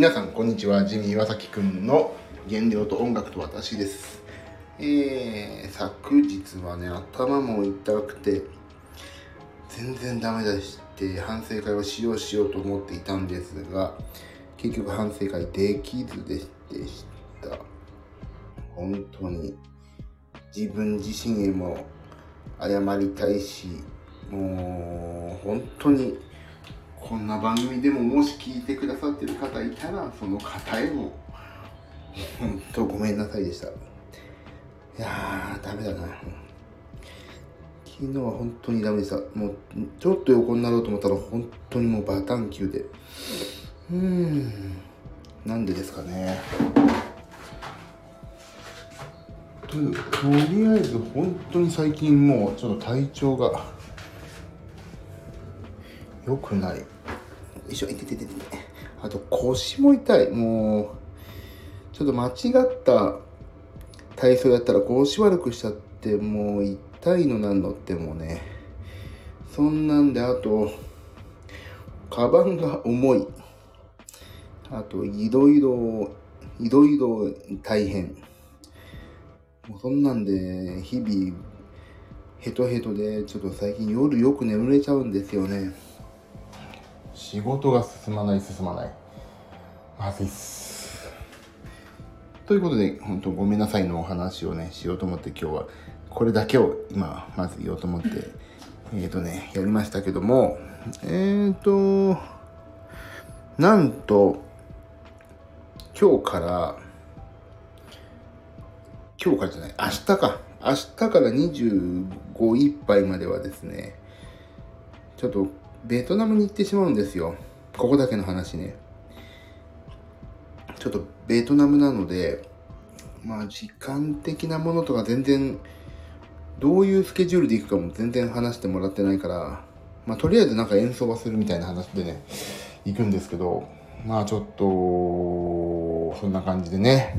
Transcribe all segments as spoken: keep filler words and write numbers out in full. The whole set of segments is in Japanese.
皆さんこんにちは。ジミー岩崎くんの原料と音楽と私です。えー、昨日はね、頭も痛くて全然ダメだして反省会をしようしようと思っていたんですが、結局反省会できずでした。本当に自分自身へも謝りたいし、もう本当にこんな番組でももし聞いてくださってる方いたら、その方へも本当ごめんなさいでした。いやーダメだな。昨日は本当にダメでした。もうちょっと横になろうと思ったら本当にもうバタンキューで、うーんなんでですかね。と, とりあえず本当に最近もうちょっと体調が良くない。よいしょ、いてててて。あと腰も痛い。もうちょっと間違った体操やったら腰悪くしちゃって、もう痛いのなんのってもうね、そんなんで、あとカバンが重い。あといろいろいろいろ大変。もうそんなんで日々ヘトヘトで、ちょっと最近夜よく眠れちゃうんですよね。仕事が進まない進まないまずいっす。ということで本当ごめんなさいのお話をねしようと思って、今日はこれだけを今まず言おうと思ってえっとねやりましたけども、えっとなんと今日から今日からじゃない明日か明日からにじゅうごいっぱいまではですね、ちょっとベトナムに行ってしまうんですよ。ここだけの話ね。ちょっとベトナムなので、まあ時間的なものとか全然どういうスケジュールで行くかも全然話してもらってないから、まあとりあえずなんか演奏はするみたいな話でね行くんですけど、まあちょっとそんな感じでね、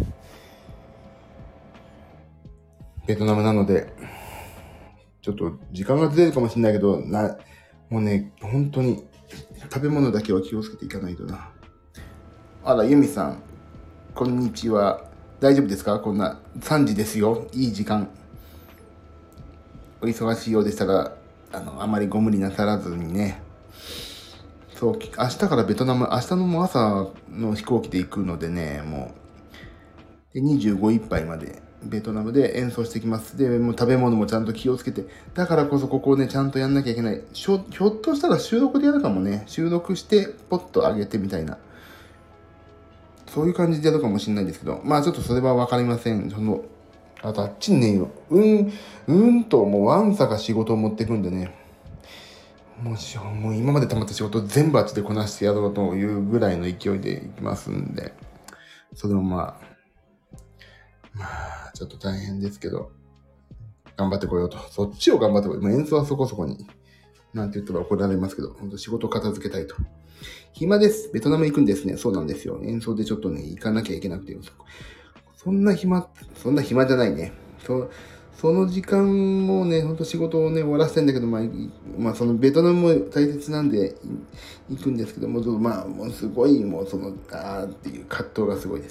ベトナムなのでちょっと時間がずれるかもしれないけどな、もうね本当に食べ物だけは気をつけていかないとな。あら、ユミさんこんにちは。大丈夫ですか？こんなさんじですよ。いい時間。お忙しいようでしたら、あの、あまりご無理なさらずにね。そう、明日からベトナム、明日のも朝の飛行機で行くのでね、もう、でにじゅうごいっぱいまでベトナムで演奏してきます。で、もう食べ物もちゃんと気をつけて、だからこそここをね、ちゃんとやんなきゃいけない。ひょ、ひょっとしたら収録でやるかもね。収録して、ポッと上げてみたいな。そういう感じでやるかもしれないんですけど、まあちょっとそれはわかりません。その、あとあっちにね、うん、うんともうわんさか仕事を持ってくんでね、もうしもう今まで溜まった仕事全部あっちでこなしてやろうというぐらいの勢いでいきますんで、それもまあ、まあちょっと大変ですけど、頑張ってこようと。そっちを頑張ってこよう。まあ、演奏はそこそこに、なんて言ったら怒られますけど、本当仕事を片付けたいと。暇です。ベトナム行くんですね。そうなんですよ。演奏でちょっとね、行かなきゃいけなくて。そんな暇、そんな暇じゃないね。そその時間もね、ほんと仕事をね、終わらせたいんだけど、まあ、まあ、そのベトナムも大切なんで行くんですけども、まあ、もうすごい、もうその、あーっていう葛藤がすごいです。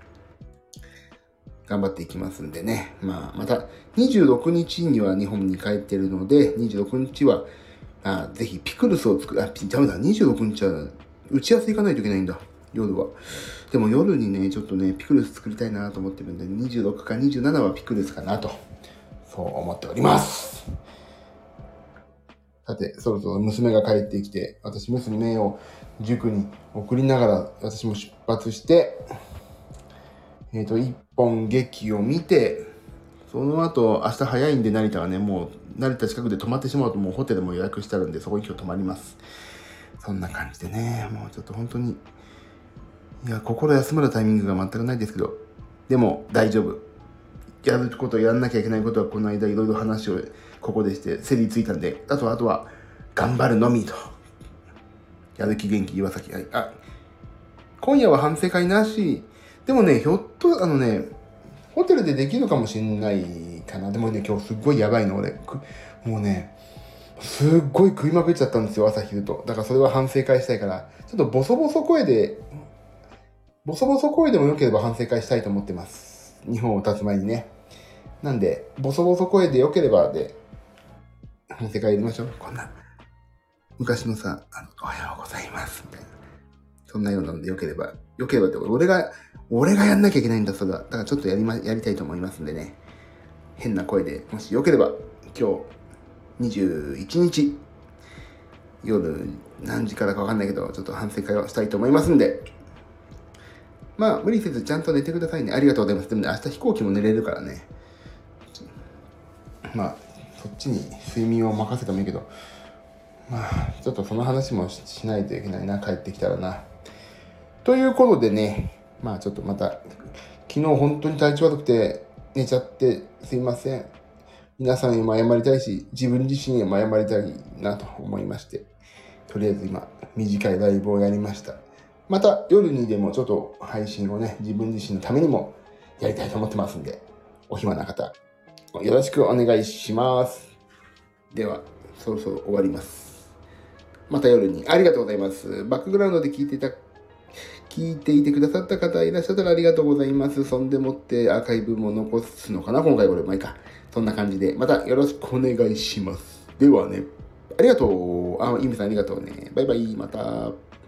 頑張っていきますんでね。まあ、また、にじゅうろくにちには日本に帰ってるので、にじゅうろくにちは、あぜひピクルスを作る、あ、ダメだ、にじゅうろくにちは打ち合わせ行かないといけないんだ、夜は。でも夜にね、ちょっとね、ピクルス作りたいなと思ってるんで、にじゅうろくかにじゅうななはピクルスかなと、そう思っております。さて、そろそろ娘が帰ってきて、私、娘を塾に送りながら、私も出発して、えっと、一本劇を見て、その後、明日早いんで成田はね、もう、成田近くで泊まってしまうと、もうホテルも予約してあるんで、そこに今日泊まります。そんな感じでね、もうちょっと本当に、いや、心休まるタイミングが全くないですけど、でも大丈夫。やること、やんなきゃいけないことはこの間いろいろ話をここでして、整理ついたんで、あとあとは、頑張るのみと。やる気元気岩崎。はい。あ、今夜は反省会なし。でもね、ひょっと、あのね、ホテルでできるかもしんないかな。でもね、今日すっごいやばいの、俺。もうね、すっごい食いまくっちゃったんですよ、朝昼と。だからそれは反省会したいから、ちょっとボソボソ声でボソボソ声でも良ければ反省会したいと思ってます。日本を立つ前にね。なんで、ボソボソ声で良ければで、反省会やりましょう。こんな、昔のさ、あの、おはようございます、みたいな。そんなようなので良ければ、良ければって、俺が、俺がやんなきゃいけないんだ、それは。だからちょっとやりま、やりたいと思いますんでね。変な声で、もし良ければ、今日、にじゅういちにち、夜何時からかわかんないけど、ちょっと反省会をしたいと思いますんで、まあ、無理せずちゃんと寝てくださいね。ありがとうございます。でもね、明日飛行機も寝れるからね。まあ、そっちに睡眠を任せてもいいけど、まあ、ちょっとその話もしないといけないな、帰ってきたらな。ということでね、まあちょっとまた、昨日本当に体調悪くて寝ちゃってすいません。皆さんにも謝りたいし、自分自身にも謝りたいなと思いまして、とりあえず今、短いライブをやりました。また夜にでもちょっと配信をね、自分自身のためにもやりたいと思ってますんで、お暇な方、よろしくお願いします。では、そろそろ終わります。また夜にありがとうございます。バックグラウンドで聞いていた、聞いていてくださった方いらっしゃったらありがとうございます。そんでもってアーカイブも残すのかな今回これ、まあいいか。そんな感じで、またよろしくお願いします。ではね、ありがとう。あ、イムさんありがとうね。バイバイ、また。